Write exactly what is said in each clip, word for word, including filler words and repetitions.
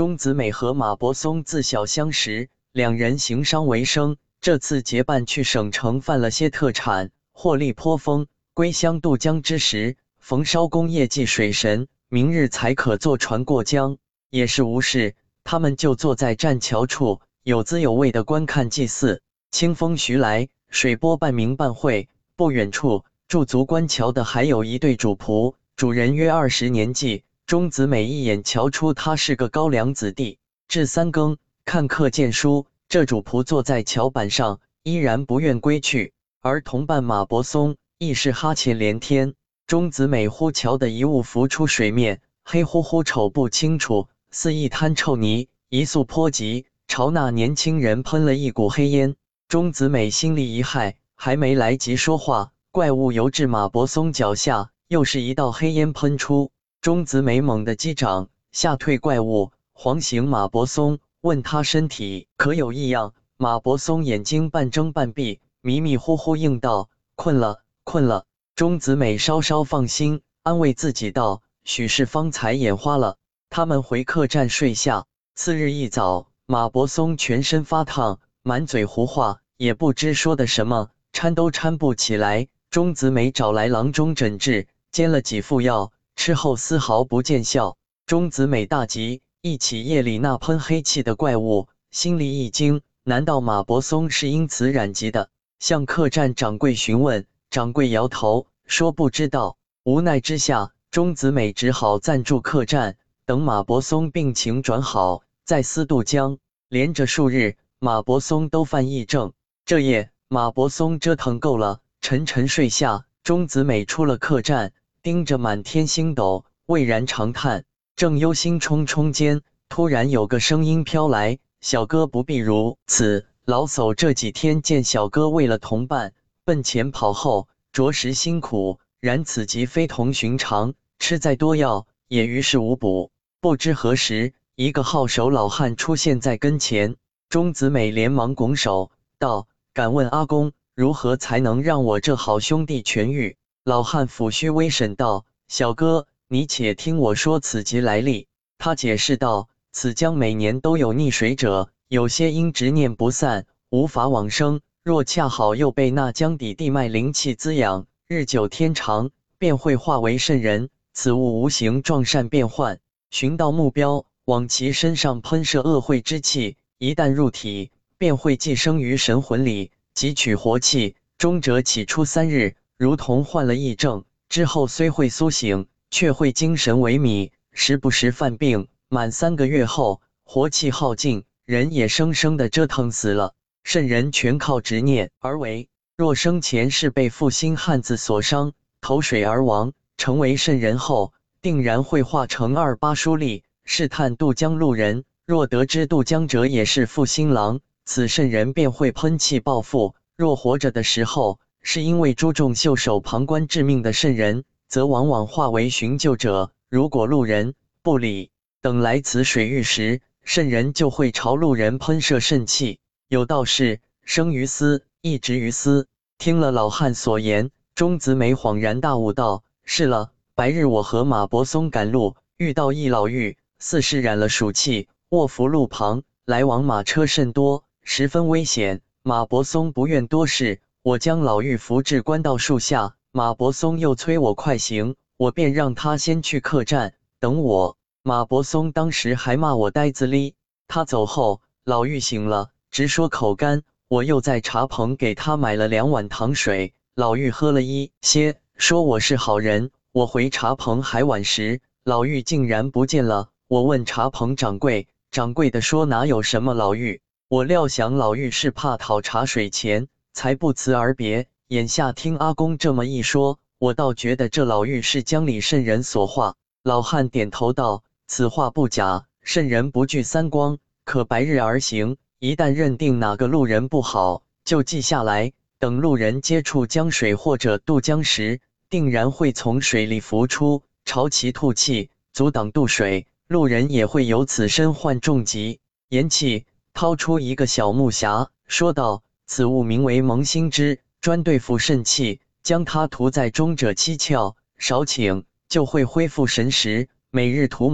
钟子美和马伯松自小相识，两人行商为生。这次结伴去省城贩了些特产，获利颇丰。归乡渡江之时，冯绍公业绩水神，明日才可坐船过江。也是无事，他们就坐在栈桥处，有滋有味地观看祭祀。清风徐来，水波半明半晦。不远处驻足观桥的还有一对主仆，主人约二十年纪。钟子美一眼瞧出他是个高粱子弟。至三更，看课见书，这主仆坐在桥板上，依然不愿归去。而同伴马伯松亦是哈欠连天。钟子美忽瞧得一物浮出水面，黑乎乎瞅不清楚，似一滩臭泥，一速颇急，朝那年轻人喷了一股黑烟。钟子美心里一骇，还没来及说话，怪物游至马伯松脚下，又是一道黑烟喷出。钟子美猛地击掌，吓退怪物，晃醒马伯松，问他身体可有异样。马伯松眼睛半睁半闭，迷迷糊糊应道：“困了，困了。”钟子美稍稍放心，安慰自己道：“许是方才眼花了。”他们回客栈睡下。次日一早，马伯松全身发烫，满嘴胡话，也不知说的什么，搀都搀不起来。钟子美找来郎中诊治，煎了几副药，吃后丝毫不见效。钟子美大急，忆起夜里那喷黑气的怪物，心里一惊，难道马伯松是因此染疾的？向客栈掌柜询问，掌柜摇头说不知道。无奈之下，钟子美只好暂住客栈，等马伯松病情转好，再思渡江。连着数日，马伯松都犯癔症。这夜，马伯松折腾够了，沉沉睡下。钟子美出了客栈，盯着满天星斗，蔚然长叹。正忧心忡忡间，突然有个声音飘来：“小哥不必如此，老叟这几天见小哥为了同伴，奔前跑后，着实辛苦。然此疾非同寻常，吃再多药也于事无补。”不知何时，一个好手老汉出现在跟前。钟子美连忙拱手道：“敢问阿公，如何才能让我这好兄弟痊愈？”老汉抚须微审道：“小哥，你且听我说此疾来历。”他解释道：“此江每年都有溺水者，有些因执念不散，无法往生。若恰好又被那江底地脉灵气滋养，日久天长，便会化为圣人。此物无形状善变幻，寻到目标，往其身上喷射恶秽之气，一旦入体，便会寄生于神魂里，汲取活气，终则起初三日，如同患了癔症，之后虽会苏醒，却会精神萎靡，时不时犯病。满三个月后，活气耗尽，人也生生的折腾死了。圣人全靠执念而为，若生前是被负心汉子所伤，投水而亡，成为圣人后，定然会化成二八书吏，试探渡江路人。若得知渡江者也是负心郎，此圣人便会喷气报复。若活着的时候，是因为诸众袖手旁观致命的圣人，则往往化为寻救者。如果路人不理，等来此水域时，圣人就会朝路人喷射圣气。有道是生于斯，亦止于斯。听了老汉所言，钟子美恍然大悟道：“是了，白日我和马伯松赶路，遇到一老妪，似是染了暑气，卧伏路旁，来往马车甚多，十分危险。马伯松不愿多事，我将老妪扶至官道树下，马伯松又催我快行，我便让他先去客栈等我。马伯松当时还骂我呆子哩。他走后，老妪醒了，直说口干，我又在茶棚给他买了两碗糖水，老妪喝了一些，说我是好人。我回茶棚还晚时，老妪竟然不见了。我问茶棚掌柜，掌柜的说哪有什么老妪。我料想老妪是怕讨茶水钱，才不辞而别。眼下听阿公这么一说，我倒觉得这老妪是江里圣人所化。老汉点头道：“此话不假，圣人不惧三光，可白日而行。一旦认定哪个路人不好，就记下来，等路人接触江水或者渡江时，定然会从水里浮出，朝其吐气，阻挡渡水，路人也会由此身患重疾。”言讫，掏出一个小木匣，说道：“此物名为蒙心枝，专对付肾气，将它涂在中者七窍，少顷就会恢复神识。每日涂抹，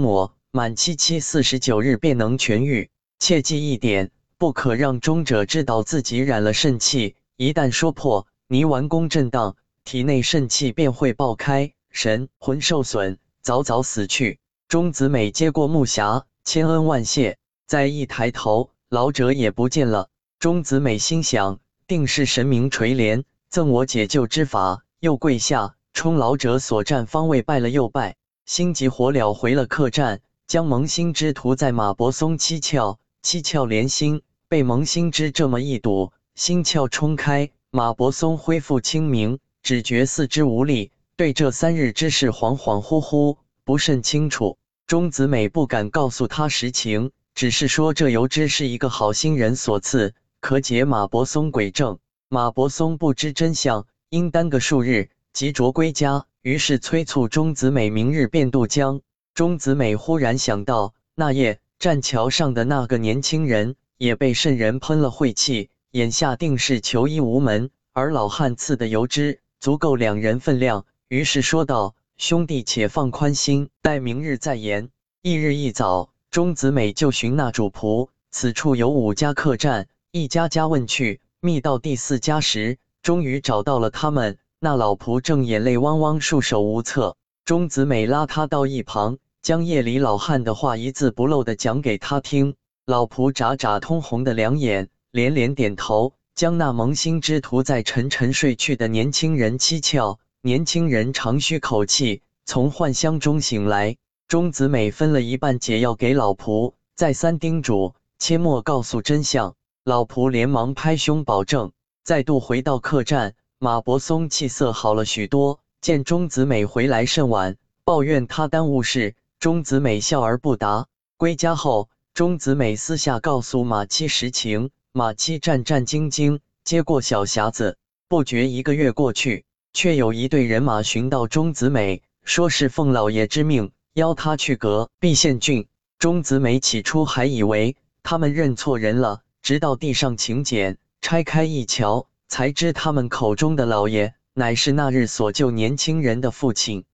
满七七四十九日便能痊愈。切记一点，不可让中者知道自己染了肾气，一旦说破，泥丸宫震荡，体内肾气便会爆开，神魂受损，早早死去。钟子美接过木匣，千恩万谢。再一抬头，老者也不见了。钟子美心想，定是神明垂怜，赠我解救之法，又跪下，冲老者所占方位拜了又拜，心急火燎回了客栈，将蒙心之涂在马伯松七窍，七窍连心，被蒙心之这么一堵，心窍冲开，马伯松恢复清明，只觉四肢无力，对这三日之事恍恍惚惚，不甚清楚。钟子美不敢告诉他实情，只是说这油脂是一个好心人所赐，可解马伯松鬼症。马伯松不知真相，因耽搁数日，急着归家，于是催促钟子美明日便渡江。钟子美忽然想到，那夜栈桥上的那个年轻人也被圣人喷了晦气，眼下定是求医无门，而老汉赐的油脂足够两人分量，于是说道：“兄弟且放宽心，待明日再言。”翌日一早，钟子美就寻那主仆，此处有五家客栈，一家家问去，觅到第四家时，终于找到了他们。那老仆正眼泪汪汪，束手无策。钟子美拉他到一旁，将夜里老汉的话一字不漏地讲给他听。老仆眨眨通红的两眼，连连点头，将那蒙心之涂在沉沉睡去的年轻人七窍。年轻人长吁口气，从幻乡中醒来。钟子美分了一半解药给老仆，再三叮嘱，切莫告诉真相。老仆连忙拍胸保证。再度回到客栈，马伯松气色好了许多，见钟子美回来甚晚，抱怨他耽误事。钟子美笑而不答。归家后，钟子美私下告诉马七实情，马七战战兢兢，接过小匣子。不觉一个月过去，却有一队人马寻到钟子美，说是奉老爷之命，邀他去隔壁县郡。钟子美起初还以为他们认错人了，直到递上请柬，拆开一瞧，才知他们口中的老爷乃是那日所救年轻人的父亲。